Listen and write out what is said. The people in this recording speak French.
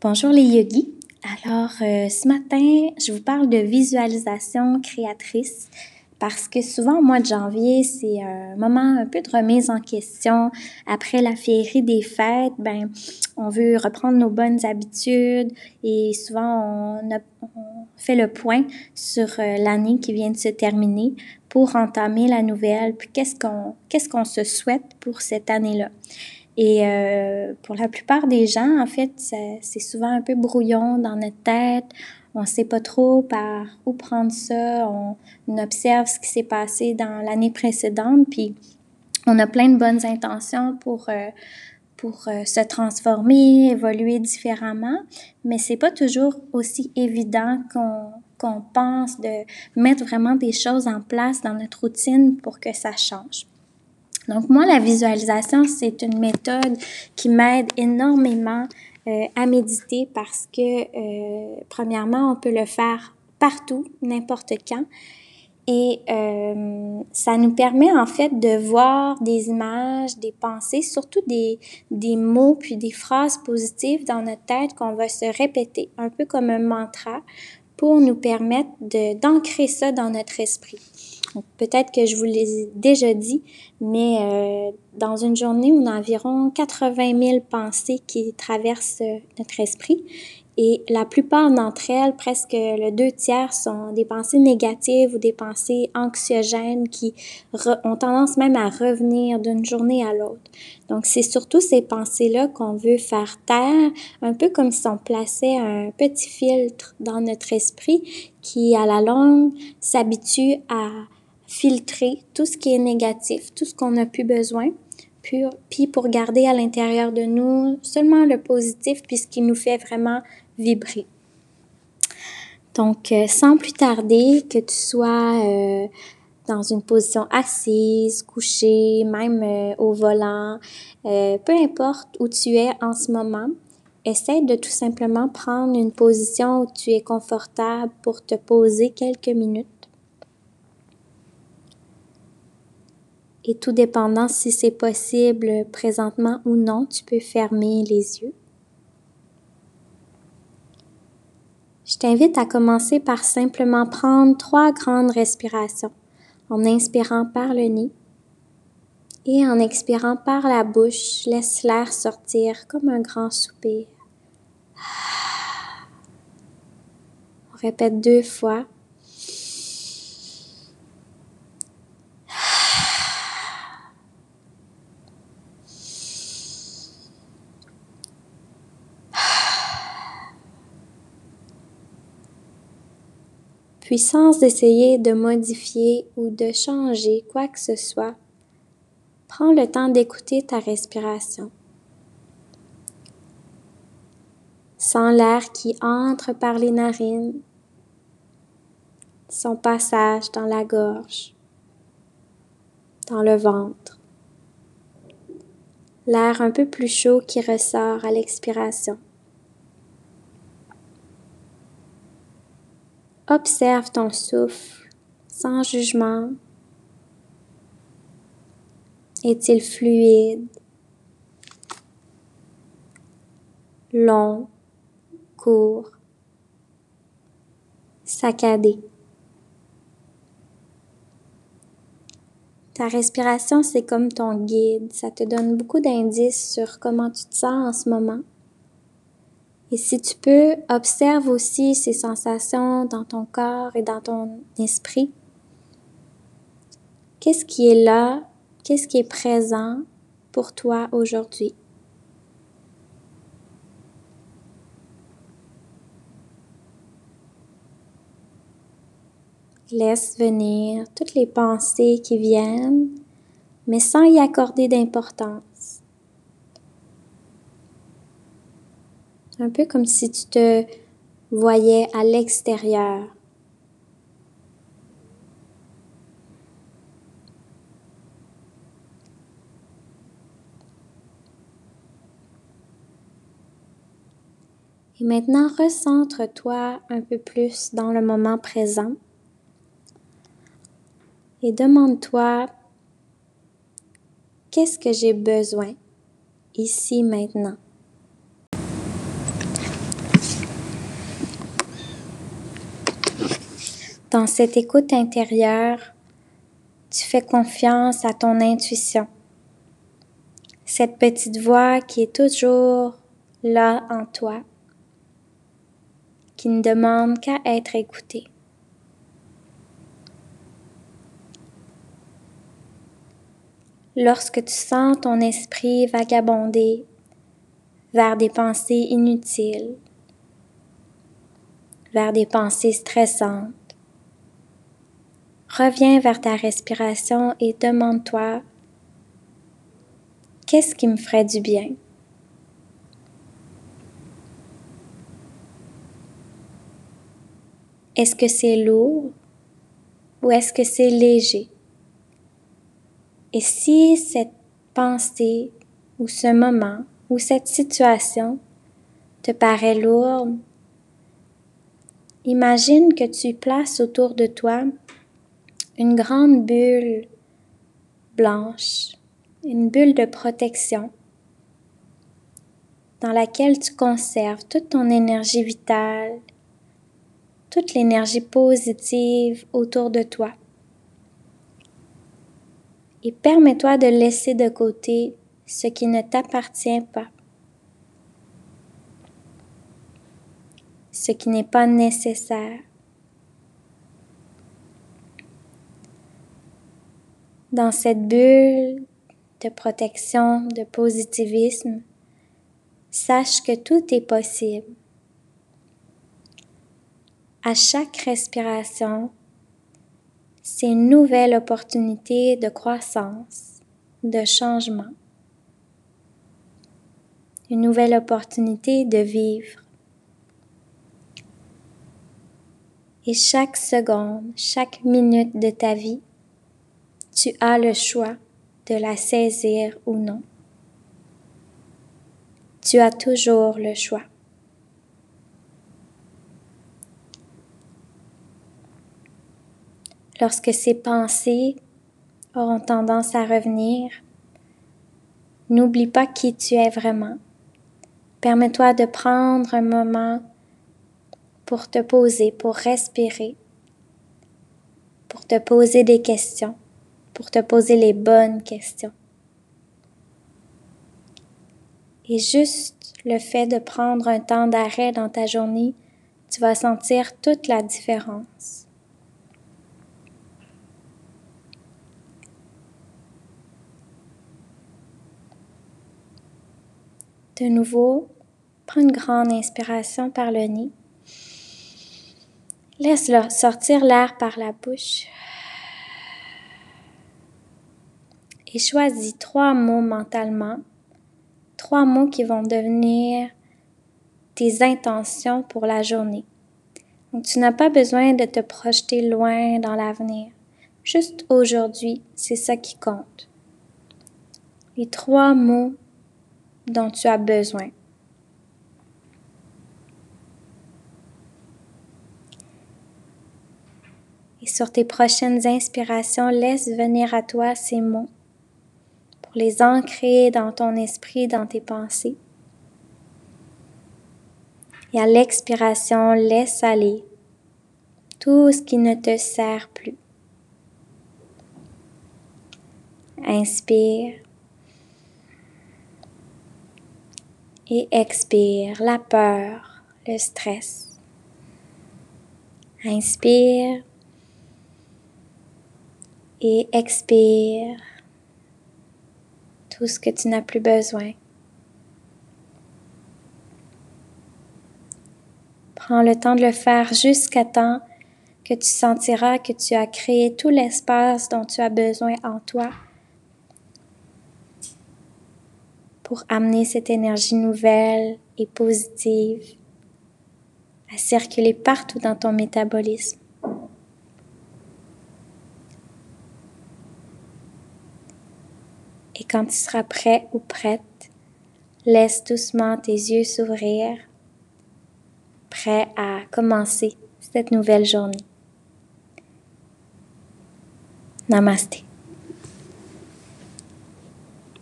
Bonjour les yogis. Alors, ce matin, je vous parle de visualisation créatrice parce que souvent au mois de janvier, c'est un moment un peu de remise en question. Après la féerie des fêtes, on veut reprendre nos bonnes habitudes et souvent on fait le point sur l'année qui vient de se terminer pour entamer la nouvelle. Puis qu'est-ce qu'on se souhaite pour cette année-là? Et pour la plupart des gens, en fait, c'est souvent un peu brouillon dans notre tête. On ne sait pas trop par où prendre ça. On observe ce qui s'est passé dans l'année précédente, puis on a plein de bonnes intentions pour se transformer, évoluer différemment, mais c'est pas toujours aussi évident qu'on pense de mettre vraiment des choses en place dans notre routine pour que ça change. Donc moi, la visualisation, c'est une méthode qui m'aide énormément à méditer parce que, premièrement, on peut le faire partout, n'importe quand. Et ça nous permet en fait de voir des images, des pensées, surtout des mots puis des phrases positives dans notre tête qu'on va se répéter, un peu comme un mantra, pour nous permettre d'ancrer ça dans notre esprit. Donc, peut-être que je vous l'ai déjà dit, mais dans une journée, on a environ 80 000 pensées qui traversent notre esprit. Et la plupart d'entre elles, presque le 2/3, sont des pensées négatives ou des pensées anxiogènes qui ont tendance même à revenir d'une journée à l'autre. Donc, c'est surtout ces pensées-là qu'on veut faire taire, un peu comme si on plaçait un petit filtre dans notre esprit qui, à la longue, s'habitue à filtrer tout ce qui est négatif, tout ce qu'on n'a plus besoin, puis pour garder à l'intérieur de nous seulement le positif, puis ce qui nous fait vraiment vibrer. Donc, sans plus tarder, que tu sois dans une position assise, couchée, même au volant, peu importe où tu es en ce moment, essaie de tout simplement prendre une position où tu es confortable pour te poser quelques minutes. Et tout dépendant si c'est possible présentement ou non, tu peux fermer les yeux. Je t'invite à commencer par simplement prendre 3 grandes respirations, en inspirant par le nez et en expirant par la bouche. Laisse l'air sortir comme un grand soupir. On répète 2 fois. Puis sans essayer de modifier ou de changer quoi que ce soit, prends le temps d'écouter ta respiration. Sens l'air qui entre par les narines, son passage dans la gorge, dans le ventre. L'air un peu plus chaud qui ressort à l'expiration. Observe ton souffle sans jugement. Est-il fluide, long, court, saccadé? Ta respiration, c'est comme ton guide. Ça te donne beaucoup d'indices sur comment tu te sens en ce moment. Et si tu peux, observe aussi ces sensations dans ton corps et dans ton esprit. Qu'est-ce qui est là? Qu'est-ce qui est présent pour toi aujourd'hui? Laisse venir toutes les pensées qui viennent, mais sans y accorder d'importance. Un peu comme si tu te voyais à l'extérieur. Et maintenant, recentre-toi un peu plus dans le moment présent et demande-toi, qu'est-ce que j'ai besoin ici maintenant? Dans cette écoute intérieure, tu fais confiance à ton intuition. Cette petite voix qui est toujours là en toi, qui ne demande qu'à être écoutée. Lorsque tu sens ton esprit vagabonder vers des pensées inutiles, vers des pensées stressantes, reviens vers ta respiration et demande-toi: qu'est-ce qui me ferait du bien? Est-ce que c'est lourd ou est-ce que c'est léger? Et si cette pensée ou ce moment ou cette situation te paraît lourde, imagine que tu places autour de toi une grande bulle blanche, une bulle de protection dans laquelle tu conserves toute ton énergie vitale, toute l'énergie positive autour de toi. Et permets-toi de laisser de côté ce qui ne t'appartient pas, ce qui n'est pas nécessaire. Dans cette bulle de protection, de positivisme, sache que tout est possible. À chaque respiration, c'est une nouvelle opportunité de croissance, de changement, une nouvelle opportunité de vivre. Et chaque seconde, chaque minute de ta vie, tu as le choix de la saisir ou non. Tu as toujours le choix. Lorsque ces pensées auront tendance à revenir, n'oublie pas qui tu es vraiment. Permets-toi de prendre un moment pour te poser, pour respirer, pour te poser des questions, pour te poser les bonnes questions. Et juste le fait de prendre un temps d'arrêt dans ta journée, tu vas sentir toute la différence. De nouveau, prends une grande inspiration par le nez. Laisse sortir l'air par la bouche. Et choisis 3 mots mentalement, 3 mots qui vont devenir tes intentions pour la journée. Donc, tu n'as pas besoin de te projeter loin dans l'avenir. Juste aujourd'hui, c'est ça qui compte. Les 3 mots dont tu as besoin. Et sur tes prochaines inspirations, laisse venir à toi ces mots pour les ancrer dans ton esprit, dans tes pensées. Et à l'expiration, laisse aller tout ce qui ne te sert plus. Inspire et expire la peur, le stress. Inspire et expire tout ce que tu n'as plus besoin. Prends le temps de le faire jusqu'à temps que tu sentiras que tu as créé tout l'espace dont tu as besoin en toi pour amener cette énergie nouvelle et positive à circuler partout dans ton métabolisme. Et quand tu seras prêt ou prête, laisse doucement tes yeux s'ouvrir, prêt à commencer cette nouvelle journée. Namasté.